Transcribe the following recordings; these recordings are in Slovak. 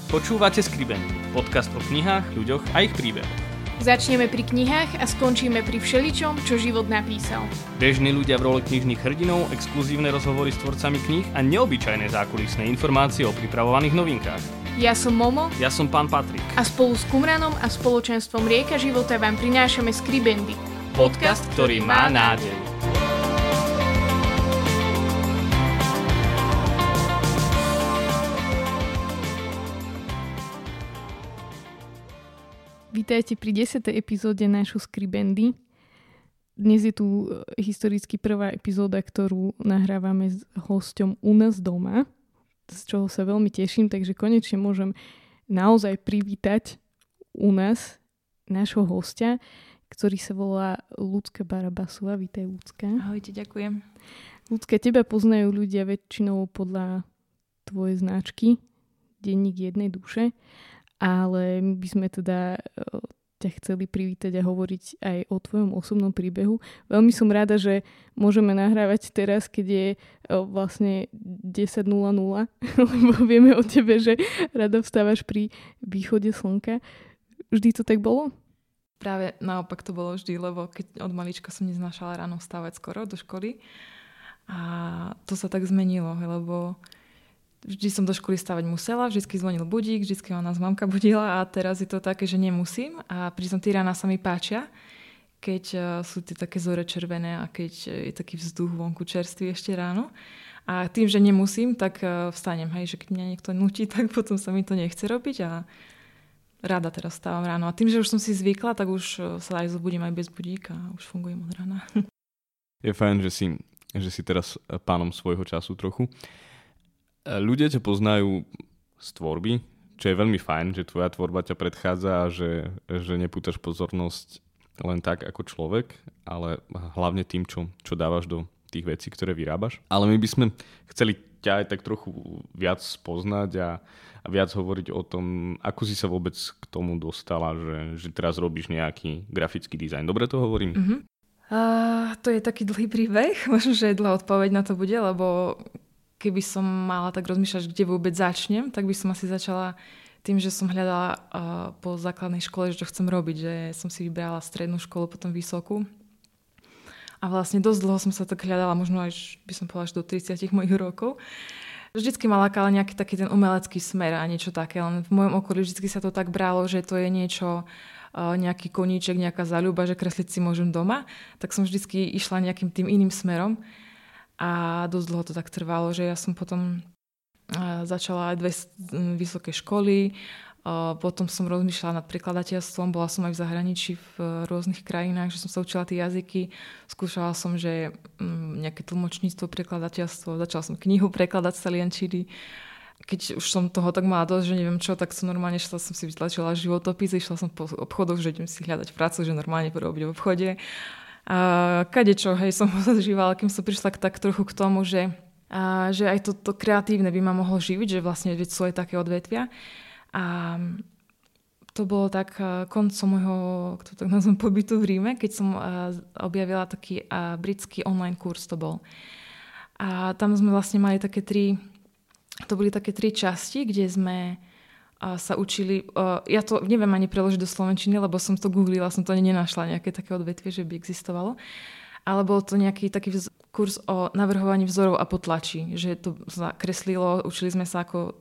Počúvate Skribendy, podcast o knihách, ľuďoch a ich príbehoch. Začneme pri knihách a skončíme pri všeličom, čo život napísal. Bežní ľudia v role knižných hrdinov, exkluzívne rozhovory s tvorcami kníh a neobyčajné zákulisné informácie o pripravovaných novinkách. Ja som Momo. Ja som pán Patrik. A spolu s Kumranom a spoločenstvom Rieka života vám prinášame Skribendy. Podcast, ktorý má nádej. Vítajte pri 10. epizóde nášho Skribendy. Dnes je tu historicky prvá epizóda, ktorú nahrávame s hosťom u nás doma, z čoho sa veľmi teším, takže konečne môžem naozaj privítať u nás nášho hostia, ktorý sa volá Ľudská Barabasová. Vítaj, Ľudská. Ahojte, ďakujem. Ľudská, teba poznajú ľudia väčšinou podľa tvojej značky Denník jednej duše, ale my by sme teda ťa chceli privítať a hovoriť aj o tvojom osobnom príbehu. Veľmi som rada, že môžeme nahrávať teraz, keď je vlastne 10:00, lebo vieme o tebe, že rada vstávaš pri východe slnka. Vždy to tak bolo? Práve naopak to bolo vždy, lebo keď od malička som neznášala ráno vstávať skoro do školy. A to sa tak zmenilo, lebo vždy som do školy stávať musela, vždycky zvonil budík, vždycky ma nás mamka budila a teraz je to také, že nemusím. A pritom tie rána sa mi páčia, keď sú tie také zore červené a keď je taký vzduch vonku čerstvý ešte ráno. A tým, že nemusím, tak vstanem, hej, že keď mňa niekto nutí, tak potom sa mi to nechce robiť a rada teraz vstávam ráno. A tým, že už som si zvykla, tak už sa aj zobudím aj bez budíka a už fungujem od rána. Je fajn, že si teraz pánom svojho času trochu. Ľudia ťa poznajú z tvorby, čo je veľmi fajn, že tvoja tvorba ťa predchádza a že nepútaš pozornosť len tak ako človek, ale hlavne tým, čo dávaš do tých vecí, ktoré vyrábaš. Ale my by sme chceli ťa aj tak trochu viac spoznať a viac hovoriť o tom, ako si sa vôbec k tomu dostala, že teraz robíš nejaký grafický dizajn. Dobre to hovorím? Mm-hmm. To je taký dlhý príbeh. Možno, že dlhá odpoveď na to bude, lebo keby som mala tak rozmýšľať, kde vôbec začnem, tak by som asi začala tým, že som hľadala po základnej škole, že čo chcem robiť, že som si vybrala strednú školu, potom vysokú. A vlastne dosť dlho som sa tak hľadala, možno aj, by som povedala, až do 30 mojich rokov. Vždycky ma lákala nejaký taký ten umelecký smer a niečo také, len v mojom okolí vždycky sa to tak bralo, že to je niečo, nejaký koníček, nejaká záľuba, že kresliť si môžem doma. Tak som vždycky išla nejakým tým iným smerom. A dosť dlho to tak trvalo, že ja som potom začala aj 2 vysoké školy, potom som rozmýšľala nad prekladateľstvom, bola som aj v zahraničí v rôznych krajinách, že som sa učila tie jazyky, skúšala som, že nejaké tlmočníctvo, prekladateľstvo, začala som knihu prekladať z taliančiny. Keď už som toho tak mala dosť, že neviem čo, tak som normálne som si vytlačila životopis, išla som po obchodoch, že idem si hľadať prácu, že normálne robiť v obchode. A kadečo, hej, som ho zažívala, kým som prišla tak trochu k tomu, že aj to kreatívne by ma mohlo živiť, že vlastne sú aj také odvetvia. A to bolo tak koncom môjho, tak nazvem, pobytu v Ríme, keď som objavila taký britský online kurz to bol. A tam sme vlastne mali to boli také 3 časti, kde sme sa učili, ja to neviem ani preložiť do slovenčiny, lebo som to googlila, som to nenašla nejaké také odvetvie, že by existovalo. Ale bol to nejaký taký kurz o navrhovaní vzorov a potlačí, že to kreslilo, učili sme sa, ako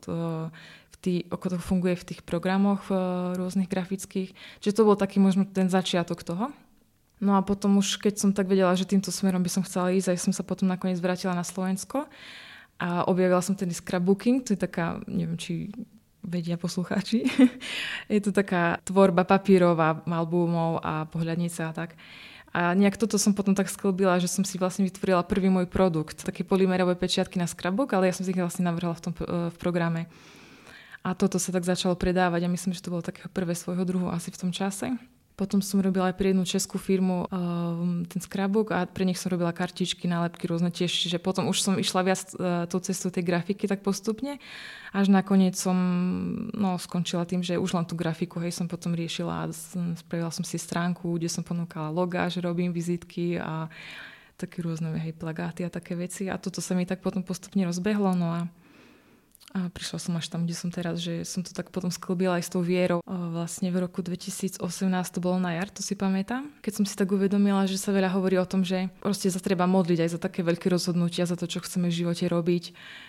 to funguje v tých programoch rôznych grafických. Čiže to bol taký možno ten začiatok toho. No a potom už, keď som tak vedela, že týmto smerom by som chcela ísť, aj som sa potom nakoniec vrátila na Slovensko a objavila som ten scrapbooking, to je taká, neviem, či vedia poslucháči. Je to taká tvorba papírová, albumov a pohľadnice a tak. A nejak toto som potom tak sklbila, že som si vlastne vytvorila prvý môj produkt. Také polymerové pečiatky na scrapbook, ale ja som si ich vlastne navrhla v programe. A toto sa tak začalo predávať a myslím, že to bolo takého prvé svojho druhu asi v tom čase. Potom som robila aj pre jednu českú firmu ten scrapbook a pre nich som robila kartičky, nálepky rôzne tiež. Čiže potom už som išla viac tou cestou tej grafiky tak postupne. Až nakoniec som skončila tým, že už len tú grafiku som potom riešila a spravila som si stránku, kde som ponúkala logá, že robím vizitky a také rôzne plagáty a také veci. A toto sa mi tak potom postupne rozbehlo. No a A prišla som až tam, kde som teraz, že som to tak potom sklbila aj s tou vierou. Vlastne v roku 2018 to bolo na jar, to si pamätám. Keď som si tak uvedomila, že sa veľa hovorí o tom, že proste sa treba modliť aj za také veľké rozhodnutia, za to, čo chceme v živote robiť,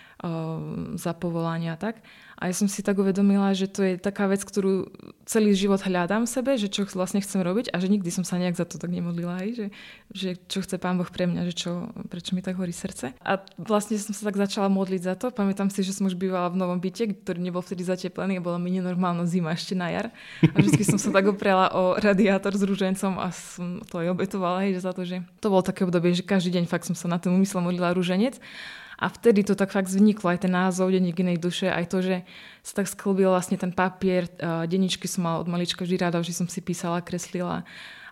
za povolania a tak. A ja som si tak uvedomila, že to je taká vec, ktorú celý život hľadám v sebe, že čo vlastne chcem robiť a že nikdy som sa nejak za to tak nemodlila, že čo chce Pán Boh pre mňa, prečo mi tak horí srdce. A vlastne som sa tak začala modliť za to. Pamätám si, že som už bývala v novom byte, ktorý nebol vtedy zateplený a bola mi nenormálna zima ešte na jar. A vždy som sa tak oprela o radiátor s ružencom a som to aj obetovala, za to, že to bolo také obdobie, že každý deň fakt som sa na tom umysle modlila ruženec. A vtedy to tak fakt vzniklo, aj ten názov Denník inej duše, aj to, že sa tak sklbil vlastne ten papier, denníčky som mala od malička vždy rada, že som si písala, kreslila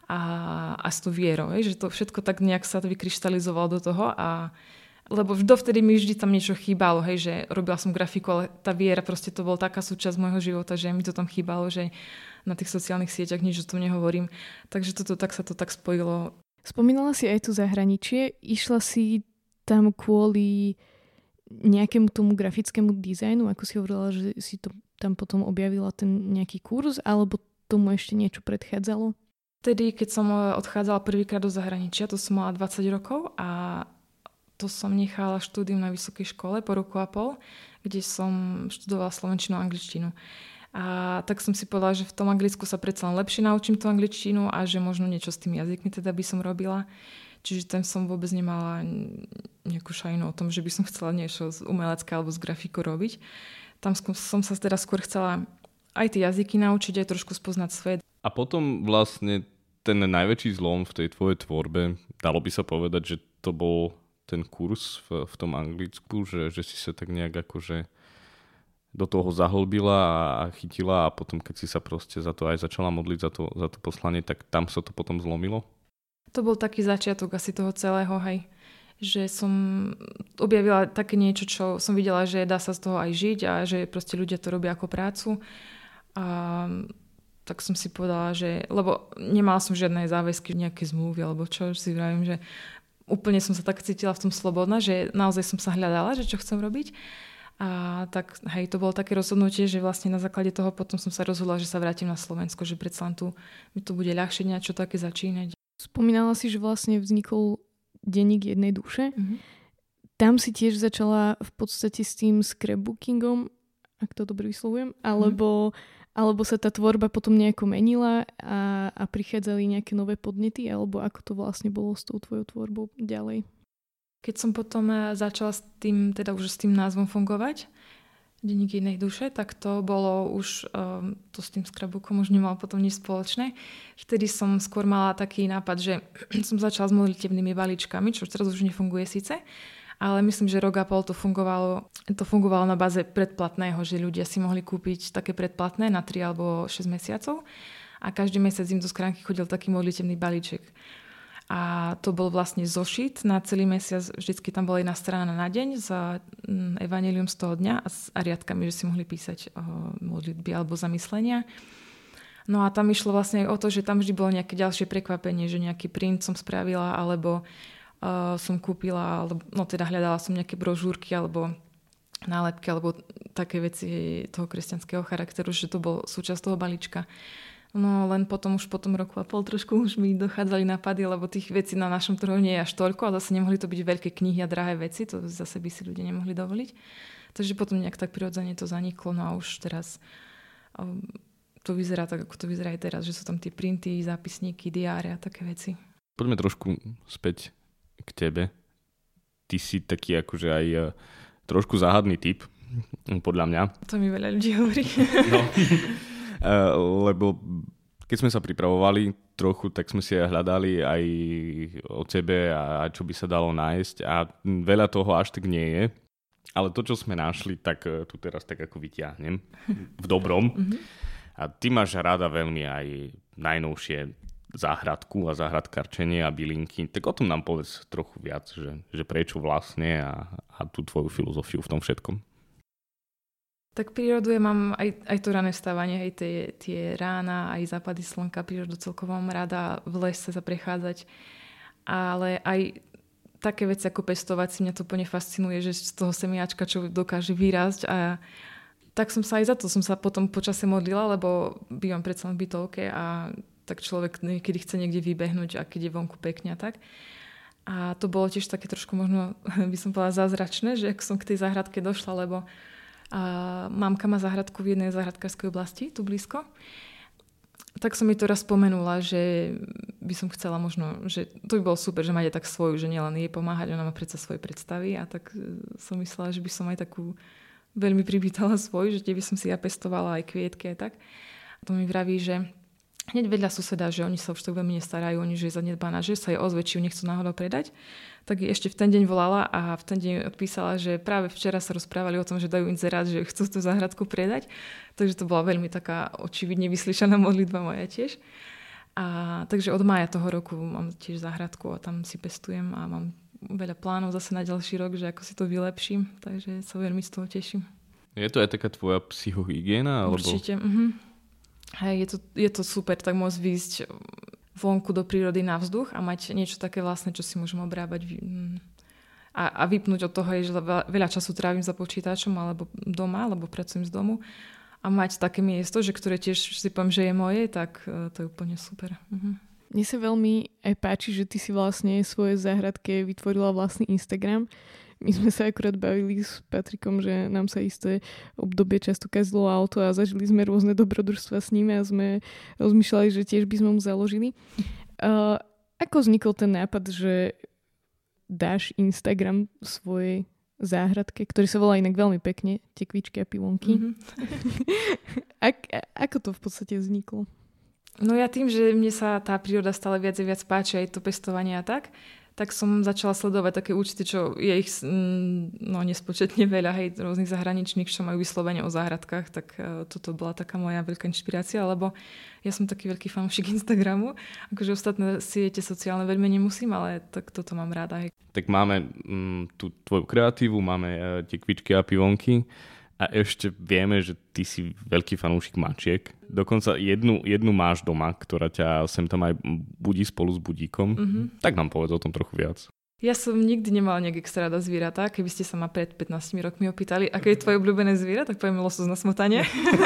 a s tou vierou, že to všetko tak nejak sa to vykryštalizovalo do toho lebo dovtedy mi vždy tam niečo chýbalo, že robila som grafiku, ale tá viera proste to bol taká súčasť môjho života, že mi to tam chýbalo, že na tých sociálnych sieťach nič o tom nehovorím. Takže sa to tak spojilo. Spomínala si aj tu zahraničie, išla si tam kvôli nejakému tomu grafickému dizajnu, ako si hovorila, že si to tam potom objavila ten nejaký kurz, alebo tomu ešte niečo predchádzalo? Vtedy, keď som odchádzala prvýkrát do zahraničia, to som mala 20 rokov a to som nechala štúdium na vysokej škole po roku a pol, kde som študovala slovenčinu a angličtinu. A tak som si povedala, že v tom Anglicku sa predsa len lepšie naučím tú angličtinu a že možno niečo s tými jazykmi teda by som robila. Čiže tam som vôbec nemala nejakú šajnu o tom, že by som chcela niečo z umelecké alebo z grafiku robiť. Tam som sa teda skôr chcela aj tie jazyky naučiť, aj trošku spoznať svet. A potom vlastne ten najväčší zlom v tej tvojej tvorbe, dalo by sa povedať, že to bol ten kurz v tom Anglicku, že si sa tak nejak akože do toho zahlbila a chytila a potom keď si sa proste za to aj začala modliť za to poslanie, tak tam sa to potom zlomilo? To bol taký začiatok asi toho celého, že som objavila také niečo, čo som videla, že dá sa z toho aj žiť a že proste ľudia to robia ako prácu. A tak som si povedala, že lebo nemala som žiadne záväzky, nejaké zmluvy alebo čo, si vravím, že úplne som sa tak cítila v tom slobodná, že naozaj som sa hľadala, že čo chcem robiť. A tak to bolo také rozhodnutie, že vlastne na základe toho potom som sa rozhodla, že sa vrátim na Slovensko, že predsa mi tu bude ľahšie niečo také začínať. Spomínala si, že vlastne vznikol Denník jednej duše. Mm-hmm. Tam si tiež začala v podstate s tým scrapbookingom, ak to dobre vyslovujem, alebo sa tá tvorba potom nejako menila a prichádzali nejaké nové podnety, alebo ako to vlastne bolo s tou tvojou tvorbou ďalej? Keď som potom začala s tým, teda už s tým názvom fungovať, Denník jednej duše, tak to bolo už, to s tým scrapbookom už nemalo potom nič spoločné. Vtedy som skôr mala taký nápad, že som začala s modlitebnými balíčkami, čo teraz už nefunguje síce, ale myslím, že rok a pol to fungovalo na báze predplatného, že ľudia si mohli kúpiť také predplatné na 3 alebo 6 mesiacov a každý mesiac im do schránky chodil taký modlitebný balíček. A to bol vlastne zošit na celý mesiac, vždycky tam bola jedna strana na deň za evanjelium z toho dňa a riadkami, že si mohli písať modlitby alebo zamyslenia. No a tam išlo vlastne aj o to, že tam vždy bolo nejaké ďalšie prekvapenie, že nejaký print som spravila alebo som kúpila, teda hľadala som nejaké brožúrky alebo nálepky alebo také veci toho kresťanského charakteru, že to bol súčasť toho balíčka. No len potom už po tom roku a pol trošku už mi dochádzali nápady, lebo tých vecí na našom trhu nie je až toľko a zase nemohli to byť veľké knihy a drahé veci, to zase by si ľudia nemohli dovoliť. Takže potom nejak tak prirodzene to zaniklo, no a už teraz to vyzerá tak, ako to vyzerá aj teraz, že sú tam tie printy, zápisníky, diáre a také veci. Poďme trošku späť k tebe. Ty si taký akože aj trošku záhadný typ, podľa mňa. To mi veľa ľudí hovorí. No. Lebo keď sme sa pripravovali trochu, tak sme si aj hľadali aj o tebe a čo by sa dalo nájsť a veľa toho až tak nie je. Ale to, čo sme našli, tak tu teraz tak ako vyťahnem v dobrom. A ty máš rada veľmi aj najnovšie záhradku a záhradkarčenie a bylinky. Tak o tom nám povedz trochu viac, že prečo vlastne a tú tvoju filozofiu v tom všetkom. Tak prírodu mám aj to rané vstávanie, aj tie rána, aj západy slnka, prírodu celkovo mám rada v lese sa prechádzať. Ale aj také veci ako pestovať si mňa to úplne fascinuje, že z toho semiačka čo dokáže vyrásť a tak som sa aj za to som sa potom počase modlila, lebo bývam predsa v bytovke a tak človek niekedy chce niekde vybehnúť a keď je vonku pekne a tak. A to bolo tiež také trošku možno, by som povedala, zázračné, že ako som k tej záhradke došla, lebo mamka má záhradku v jednej záhradkárskej oblasti, tu blízko. Tak som mi to raz spomenula, že by som chcela možno, že to by bolo super, že máte tak svoju, že nielen jej pomáhať, ona má predsa svoje predstavy a tak som myslela, že by som aj takú veľmi privítala svoj, že by som si ja pestovala aj kvietky aj tak. A to mi vraví, že hneď vedľa suseda, že oni sa už tak veľmi nestarajú, oni, že je zanedbaná, že sa jej ozve, či ju nechcú náhodou predať. Tak ešte v ten deň volala a v ten deň odpísala, že práve včera sa rozprávali o tom, že dajú inzerát, že chcú tú záhradku predať. Takže to bola veľmi taká očividne vyslyšaná modlitba moja tiež. A takže od mája toho roku mám tiež záhradku a tam si pestujem a mám veľa plánov zase na ďalší rok, že ako si to vylepším, takže sa veľmi z toho teším. Je to aj taká tvoja psychohygiena? Alebo... Určite. Hej, je to super, tak môcť výjsť vonku do prírody na vzduch a mať niečo také vlastné, čo si môžem obrábať a vypnúť od toho, že veľa času trávim za počítačom alebo doma, alebo pracujem z domu a mať také miesto, že ktoré tiež si poviem, že je moje, tak to je úplne super. Mne sa veľmi aj páči, že ty si vlastne svoje záhradke vytvorila vlastný Instagram. My sme sa akurát bavili s Patrikom, že nám sa isté obdobie často kazilo auto a zažili sme rôzne dobrodružstva s nimi a sme rozmýšľali, že tiež by sme mu založili. Ako vznikol ten nápad, že dáš Instagram svojej záhradke, ktorý sa volá inak veľmi pekne, Tekvičky a pivonky. Ako to v podstate vzniklo? No ja tým, že mne sa tá príroda stále viac a viac páči, aj to pestovanie a tak som začala sledovať také účty, čo je ich nespočetne veľa, hej, rôznych zahraničných, čo majú vyslovene o záhradkách, tak toto bola taká moja veľká inšpirácia, lebo ja som taký veľký fanúšik Instagramu, akože ostatné siete sociálne veľmi nemusím, ale tak toto mám rada. Hej. Tak máme tú tvoju kreatívu, máme Tekvičky a pivonky. A ešte vieme, že ty si veľký fanúšik mačiek. Dokonca jednu máš doma, ktorá ťa sem tam aj budí spolu s budíkom. Tak nám povedz o tom trochu viac. Ja som nikdy nemala nejak extra rada zvieratá. Keby ste sa ma pred 15 rokmi opýtali, aké je tvoje obľúbené zviera, tak poviem losos na smotane.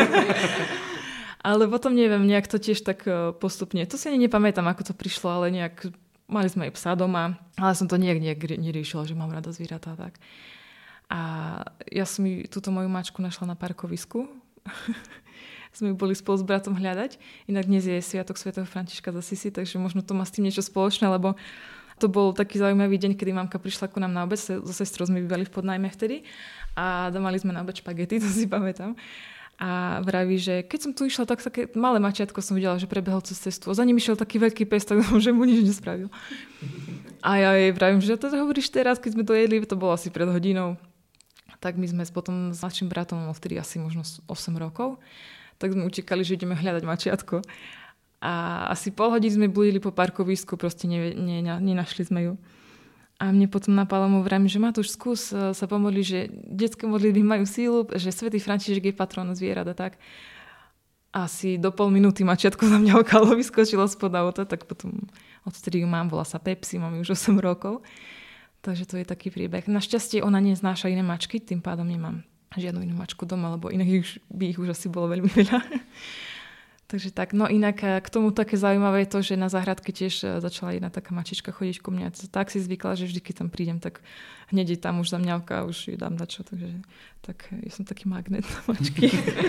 Ale potom neviem, nejak to tiež tak postupne. To si ani nepamätám, ako to prišlo, ale nejak mali sme aj psa doma, ale som to nejak neriešila, že mám rada zvieratá tak. A ja som túto moju mačku našla na parkovisku. Sme ju boli spolu s bratom hľadať. Inak dnes je sviatok svätého Františka z Assisi, takže možno to má s tým niečo spoločné, lebo to bol taký zaujímavý deň, kedy mamka prišla ku nám na obed. So sestrou sme bývali v podnájme vtedy a mali sme na obed špagety, to si pamätám. A vraví, že keď som tu išla, tak také malé mačiatko som videla, že prebehol cez cestu. A za ním išiel taký veľký pes, tak že mu nič nespravil. A ja jej vravím, že to hovoríš teraz, keď sme to jedli, to bolo asi pred hodinou. Tak my sme potom s našim bratom, vtedy asi možno 8 rokov, tak sme utekali, že ideme hľadať mačiatko. A asi pol hodiny sme blúdili po parkovisku, proste nenašli sme ju. A mne potom napadlo mu vrajím, že Matúš, skús sa pomodliť, že detské modlitby majú sílu, že svätý František je patron zvierat a tak. Asi do pol minúty mačiatko za mňa okalo vyskočilo spod auta, tak potom odtedy ju mám, volá sa Pepsi, mám ju už 8 rokov. Takže to je taký príbeh. Našťastie ona neznáša iné mačky, tým pádom nemám žiadnu inú mačku doma, lebo inak by ich už asi bolo veľmi veľa. Takže tak, no inak k tomu také zaujímavé je to, že na záhradke tiež začala jedna taká mačička chodiť ku mňa. Tak si zvykla, že vždy, keď tam prídem, tak hneď je tam už zamňavka a už ju dám dačo. Takže tak ja som taký magnet na mačky.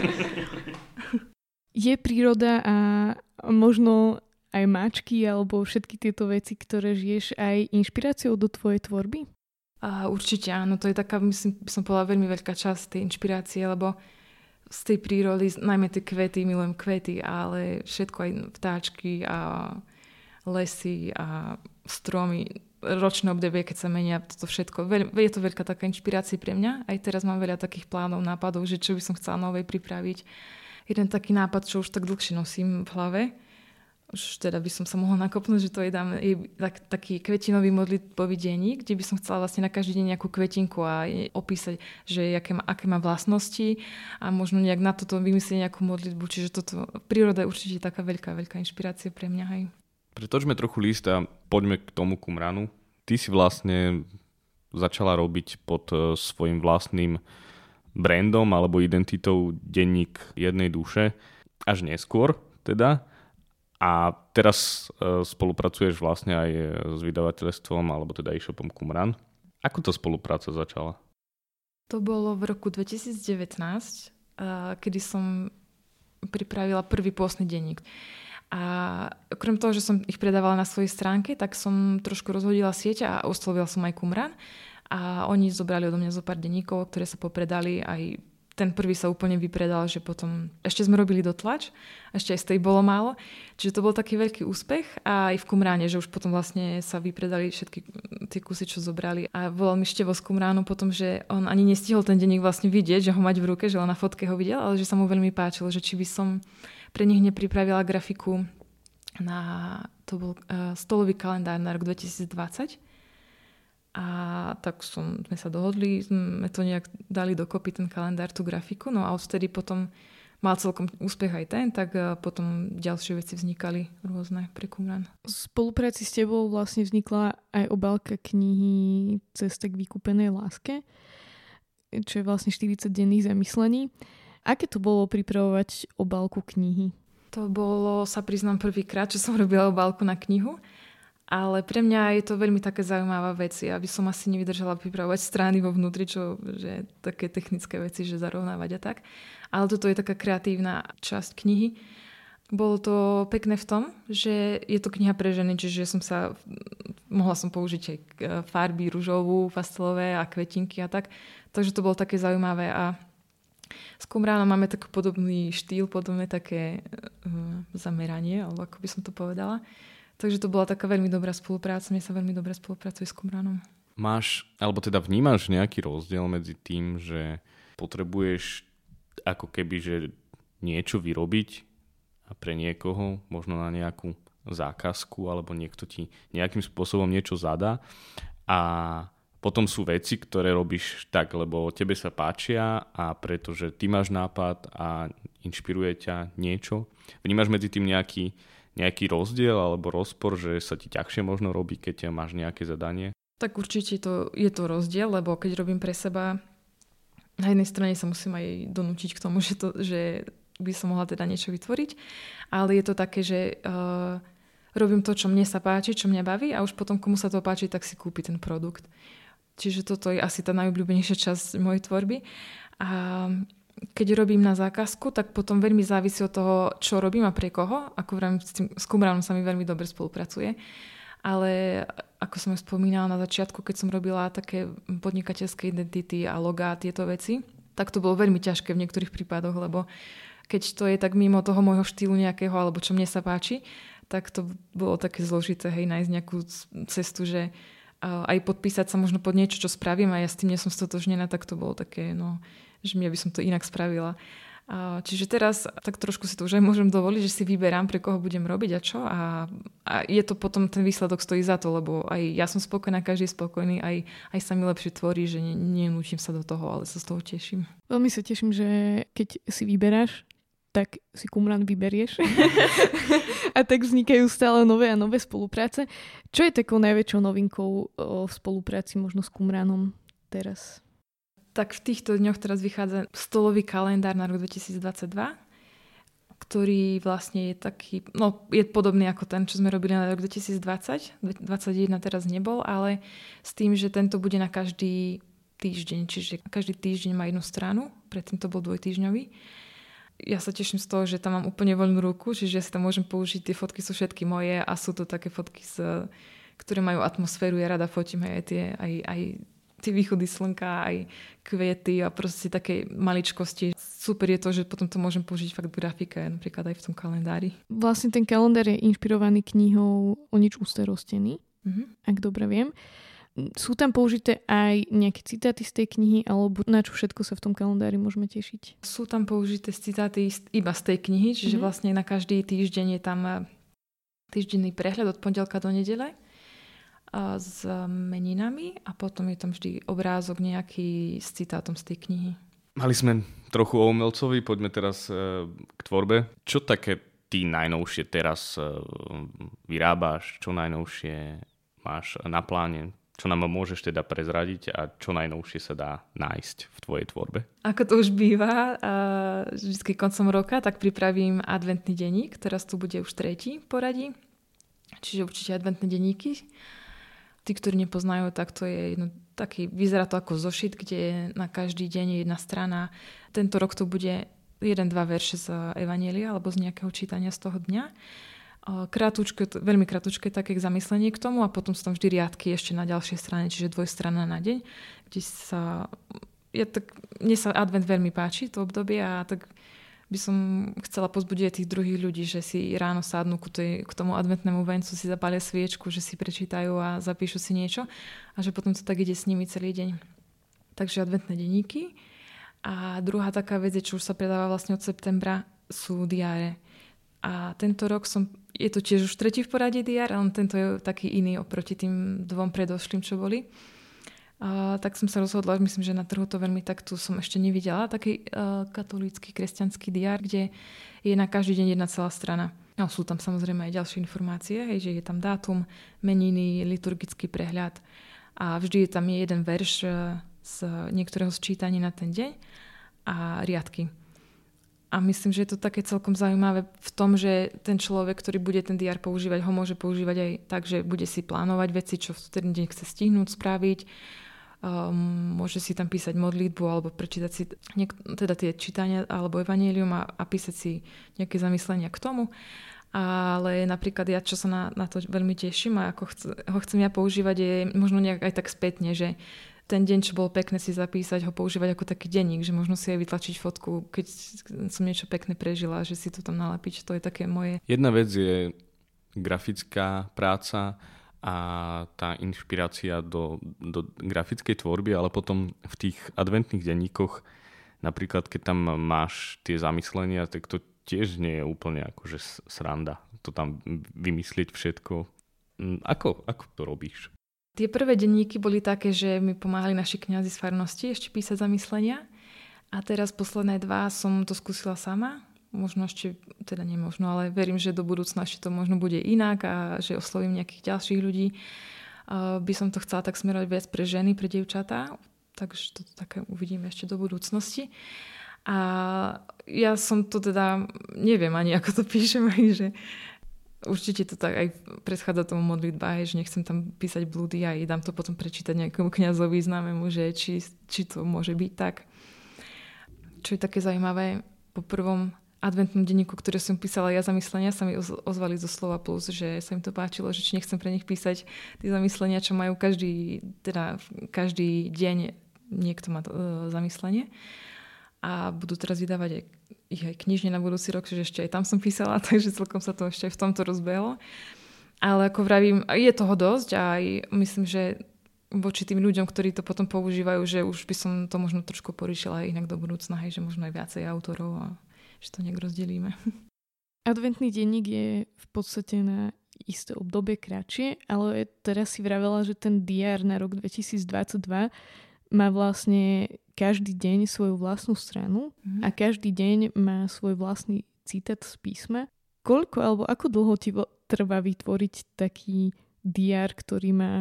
Je príroda a možno aj mačky alebo všetky tieto veci, ktoré žiješ, aj inšpiráciou do tvojej tvorby? Určite áno, to je taká, myslím, by som povedala, veľmi veľká časť tej inšpirácie, lebo z tej prírody, najmä tie kvety, milujem kvety, ale všetko aj vtáčky a lesy a stromy, ročné obdobie, keď sa menia toto všetko. Je to veľká taká inšpirácia pre mňa. Aj teraz mám veľa takých plánov, nápadov, že čo by som chcela nové pripraviť. Jeden taký nápad, čo už tak dlhšie nosím v hlave, už teda by som sa mohla nakopnúť, že to je taký kvetinový modlitbový denník, kde by som chcela vlastne na každý deň nejakú kvetinku a opísať, že aké má vlastnosti a možno nejak na toto vymyslieť nejakú modlitbu. Čiže príroda je určite taká veľká inšpirácia pre mňa. Hej. Pretočme trochu list a poďme k tomu kumranu. Ty ty si vlastne začala robiť pod svojim vlastným brandom alebo identitou denník jednej duše až neskôr teda. A teraz spolupracuješ vlastne aj s vydavateľstvom alebo teda e-shopom Qumran. Ako tá spolupráca začala? To bolo v roku 2019, kedy som pripravila prvý pôstny denník. A okrem toho, že som ich predávala na svojej stránke, tak som trošku rozhodila sieť a oslovila som aj Qumran. A oni zobrali odo mňa zo pár denníkov, ktoré sa popredali. Aj ten prvý sa úplne vypredal, že potom ešte sme robili dotlač, ešte aj z tej bolo málo. Čiže to bol taký veľký úspech a aj v Qumráne, že už potom vlastne sa vypredali všetky tie kusy, čo zobrali. A volal mi Števo z Qumránu potom, že on ani nestihol ten denník vlastne vidieť, že ho mať v ruke, že on na fotke ho videl, ale že sa mu veľmi páčilo, že či by som pre nich nepripravila grafiku na, to bol stolový kalendár na rok 2020. A tak sme sa dohodli, sme to nejak dali dokopy ten kalendár, tú grafiku, no a odtedy potom mal celkom úspech aj ten, tak potom ďalšie veci vznikali rôzne pre Qumran. V spolupráci s tebou vlastne vznikla aj obálka knihy Cesta k vykúpenej láske, čo je vlastne 40 denných zamyslení. Aké to bolo pripravovať obálku knihy? To bolo, sa priznám, prvýkrát, čo som robila obálku na knihu. Ale pre mňa je to veľmi také zaujímavá vec. Ja by som asi nevydržala pripravovať strany vo vnútri, že také technické veci, že zarovnávať a tak. Ale toto je taká kreatívna časť knihy. Bolo to pekné v tom, že je to kniha pre ženy, čiže mohla som použiť aj farby ružovú, pastelové a kvetinky a tak. Takže to bolo také zaujímavé a s Qumranom máme taký podobný štýl, podobné také zameranie, alebo ako by som to povedala. Takže to bola taká veľmi dobrá spolupráca. Mne sa veľmi dobre spolupracuje s Qumranom. Máš, alebo teda vnímaš nejaký rozdiel medzi tým, že potrebuješ ako keby, že niečo vyrobiť a pre niekoho, možno na nejakú zákazku, alebo niekto ti nejakým spôsobom niečo zadá a potom sú veci, ktoré robíš tak, lebo tebe sa páčia a pretože ty máš nápad a inšpiruje ťa niečo. Vnímaš medzi tým nejaký rozdiel alebo rozpor, že sa ti ťažšie možno robí, keď máš nejaké zadanie? Tak určite je to rozdiel, lebo keď robím pre seba, na jednej strane sa musím aj donútiť k tomu, že by som mohla teda niečo vytvoriť, ale je to také, že robím to, čo mne sa páči, čo mňa baví a už potom, komu sa to páči, tak si kúpi ten produkt. Čiže toto je asi tá najobľúbenejšia časť mojej tvorby. A keď robím na zákazku, tak potom veľmi závisí od toho, čo robím a pre koho. Ako vravím, s Qumranom sa mi veľmi dobre spolupracuje. Ale ako som už spomínala na začiatku, keď som robila také podnikateľské identity a logá, tieto veci, tak to bolo veľmi ťažké v niektorých prípadoch, lebo keď to je tak mimo toho môjho štýlu nejakého, alebo čo mne sa páči, tak to bolo také zložité, nájsť nejakú cestu, že aj podpísať sa možno pod niečo, čo spravím a ja s tým nie som stotožnená, tak to bolo také, že ja by som to inak spravila. Čiže teraz tak trošku si to už aj môžem dovoliť, že si vyberám, pre koho budem robiť a čo a je to potom, ten výsledok stojí za to, lebo aj ja som spokojná, každý je spokojný, aj sa mi lepšie tvorí, že nenúčim sa do toho, ale sa z toho teším. Veľmi sa teším, že keď si vyberáš, tak si Qumran vyberieš. A tak vznikajú stále nové a nové spolupráce. Čo je takou najväčšou novinkou v spolupráci možno s Qumranom teraz? Tak v týchto dňoch teraz vychádza stolový kalendár na rok 2022, ktorý vlastne je taký, je podobný ako ten, čo sme robili na rok 2020. 2021 teraz nebol, ale s tým, že tento bude na každý týždeň, čiže každý týždeň má jednu stranu, predtým to bol dvojtýždňový. Ja sa teším z toho, že tam mám úplne voľnú ruku, čiže ja si tam môžem použiť, tie fotky sú všetky moje a sú to také fotky, ktoré majú atmosféru, ja rada fotím aj tie východy slnka, aj kviety a proste také maličkosti. Super je to, že potom to môžem použiť fakt v grafike, napríklad aj v tom kalendári. Vlastne ten kalendár je inšpirovaný knihou O nič ústarostený, ak dobre viem. Sú tam použité aj nejaké citáty z tej knihy, alebo na čo všetko sa v tom kalendári môžeme tešiť? Sú tam použité citáty iba z tej knihy, čiže vlastne na každý týždeň je tam týždenný prehľad od pondelka do nedele s meninami a potom je tam vždy obrázok nejaký s citátom z tej knihy. Mali sme trochu o umelcovi, poďme teraz k tvorbe. Čo také ty najnovšie teraz vyrábaš? Čo najnovšie máš na pláne? čo nám môžeš teda prezradiť a čo najnovšie sa dá nájsť v tvojej tvorbe? Ako to už býva, vždycky koncom roka, tak pripravím adventný denník. Teraz tu bude už 3. poradí. Čiže určite adventné denníky. Tí, ktorí nepoznajú, tak to je taký, vyzerá to ako zošit, kde je na každý deň je jedna strana. Tento rok to bude 1-2 verše z Evanjelia alebo z nejakého čítania z toho dňa. Veľmi kratučké také zamyslenie k tomu a potom sú tam vždy riadky ešte na ďalšej strane, čiže 2 strana na deň, kde mne sa advent veľmi páči, to obdobie, a tak by som chcela pozbudiť tých druhých ľudí, že si ráno sadnú k tomu adventnému vencu, si zapália sviečku, že si prečítajú a zapíšu si niečo a že potom to tak ide s nimi celý deň. Takže adventné denníky. A druhá taká vec, čo už sa predáva vlastne od septembra, sú diáre. A tento rok je to tiež už 3. v poradí diár, ale tento je taký iný oproti tým 2 predošlým, čo boli. Tak som sa rozhodla, myslím, že na trhu to veľmi takto som ešte nevidela, taký katolícky, kresťanský diár, kde je na každý deň jedna celá strana. No, sú tam samozrejme aj ďalšie informácie, že je tam dátum, meniny, liturgický prehľad a vždy je tam jeden verš z niektorého sčítaní na ten deň a riadky. A myslím, že je to také celkom zaujímavé v tom, že ten človek, ktorý bude ten diár používať, ho môže používať aj tak, že bude si plánovať veci, čo v ten deň chce stihnúť, spraviť. Môže si tam písať modlitbu alebo prečítať si teda tie čítania alebo evanjelium a písať si nejaké zamyslenia k tomu. Ale napríklad ja, čo sa na to veľmi teším a ako ho chcem ja používať, je možno nejak aj tak spätne, že ten deň, čo bolo pekné si zapísať, ho používať ako taký denník, že možno si aj vytlačiť fotku, keď som niečo pekné prežila, že si to tam nalepiť. To je také moje. Jedna vec je grafická práca a tá inšpirácia do grafickej tvorby, ale potom v tých adventných denníkoch, napríklad keď tam máš tie zamyslenia, tak to tiež nie je úplne akože sranda. To tam vymyslieť všetko. Ako to robíš? Tie prvé denníky boli také, že mi pomáhali naši kňazi z farnosti ešte písať zamyslenia. A teraz posledné 2 som to skúsila sama. Možno ešte, teda nemožno, ale verím, že do budúcna ešte to možno bude inak a že oslovím nejakých ďalších ľudí. By som to chcela tak smerovať viac pre ženy, pre dievčatá. Takže to také uvidíme ešte do budúcnosti. A ja som to teda, neviem ani ako to píšem, že určite to tak aj predchádza tomu modlitba, že nechcem tam písať blúdy a dám to potom prečítať nejakému kňazovi známemu, že či to môže byť tak. Čo je také zaujímavé, po prvom adventnom denníku, ktoré som písala ja zamyslenia, sa mi ozvali zo Slova Plus, že sa im to páčilo, že či nechcem pre nich písať tie zamyslenia, čo majú každý deň niekto má zamyslenie. A budú teraz vydávať ich aj knižne na budúci rok, že ešte aj tam som písala, takže celkom sa to ešte aj v tomto rozbehlo. Ale ako vravím, je toho dosť a aj myslím, že voči tým ľuďom, ktorí to potom používajú, že už by som to možno trošku poriešila aj inak do budúcna, že možno aj viacej autorov a že to nejak rozdelíme. Adventný denník je v podstate na isté obdobie kratšie, ale teraz si vravela, že ten diár na rok 2022 má vlastne každý deň svoju vlastnú stranu a každý deň má svoj vlastný citát z písma. Koľko alebo ako dlho ti trvá vytvoriť taký diár, ktorý má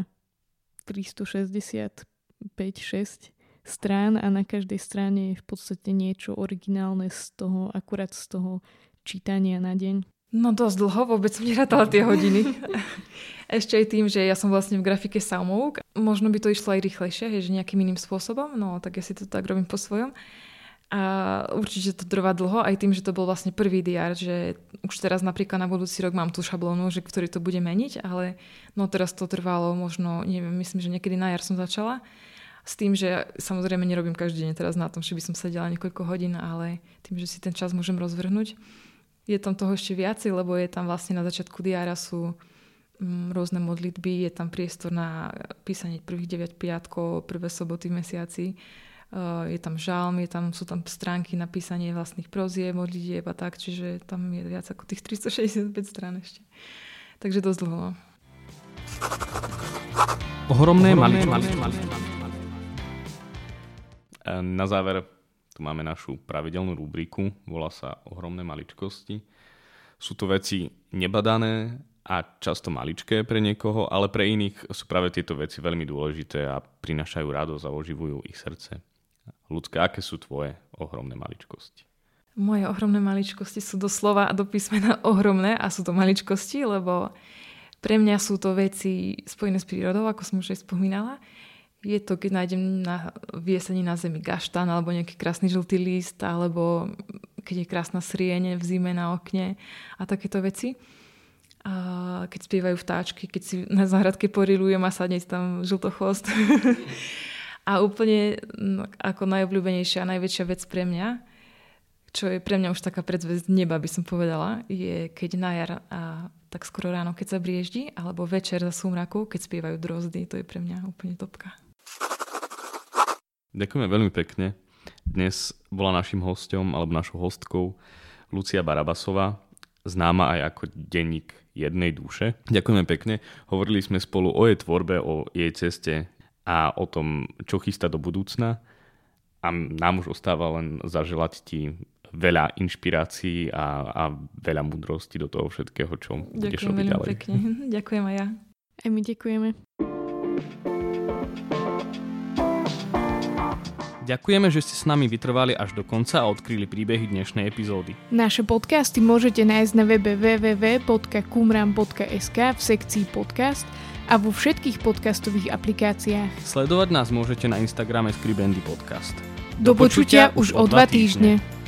365-6 strán a na každej strane je v podstate niečo originálne akurát z toho čítania na deň? No dosť dlho, vôbec som nerátala tie hodiny. Ešte aj tým, že ja som vlastne v grafike samouk. Možno by to išlo aj rýchlejšie, že nejakým iným spôsobom, no tak ja si to tak robím po svojom. A určite to trvá dlho, aj tým, že to bol vlastne prvý diár, že už teraz napríklad na budúci rok mám tú šablónu, že ktorý to bude meniť, ale no teraz to trvalo možno, neviem, myslím, že niekedy na jar som začala. S tým, že samozrejme nerobím každý deň teraz na tom, že by som sedela niekoľko hodín, ale tým, že si ten čas môžem rozvrhnúť. Je tam toho ešte viacej, lebo je tam vlastne na začiatku diára sú rôzne modlitby, je tam priestor na písanie prvých 9 piatkov, prvé soboty v mesiaci, je tam žalm, sú tam stránky na písanie vlastných prozieb, modlitieb a tak, čiže tam je viac ako tých 365 strán ešte. Takže dosť dlho. Ohromné maličkosti. Na záver tu máme našu pravidelnú rubriku, volá sa Ohromné maličkosti. Sú to veci nebadané a často maličké pre niekoho, ale pre iných sú práve tieto veci veľmi dôležité a prinášajú radosť a oživujú ich srdce. Ľudská, aké sú tvoje ohromné maličkosti? Moje ohromné maličkosti sú doslova a do písmena ohromné a sú to maličkosti, lebo pre mňa sú to veci spojené s prírodou, ako som už aj spomínala. Je to, keď nájdem v jeseni na zemi gaštán alebo nejaký krásny žltý list, alebo keď je krásna srieň v zime na okne a takéto veci. A keď spievajú vtáčky, keď si na záhradke porilujem a sadne tam žltochvost. A úplne ako najobľúbenejšia a najväčšia vec pre mňa, čo je pre mňa už taká predzvesť neba, by som povedala, je keď na jar a tak skoro ráno, keď sa brieždi, alebo večer za súmraku, keď spievajú drozdy. To je pre mňa úplne topka. Ďakujeme veľmi pekne. Dnes bola našim hosťom alebo našou hostkou Lucia Barabasová, známa aj ako denník jednej duše. Ďakujeme pekne. Hovorili sme spolu o jej tvorbe, o jej ceste a o tom, čo chystá do budúcna. A nám už ostáva len zaželať ti veľa inšpirácií a veľa múdrosti do toho všetkého, čo budeš robiť ďalej. Ďakujem veľmi pekne. Ďakujem aj ja. Aj my ďakujeme. Ďakujeme, že ste s nami vytrvali až do konca a odkryli príbehy dnešnej epizódy. Naše podcasty môžete nájsť na webe www.kumram.sk v sekcii podcast a vo všetkých podcastových aplikáciách. Sledovať nás môžete na Instagrame Skribendy Podcast. Do počutia už o 2 týždne.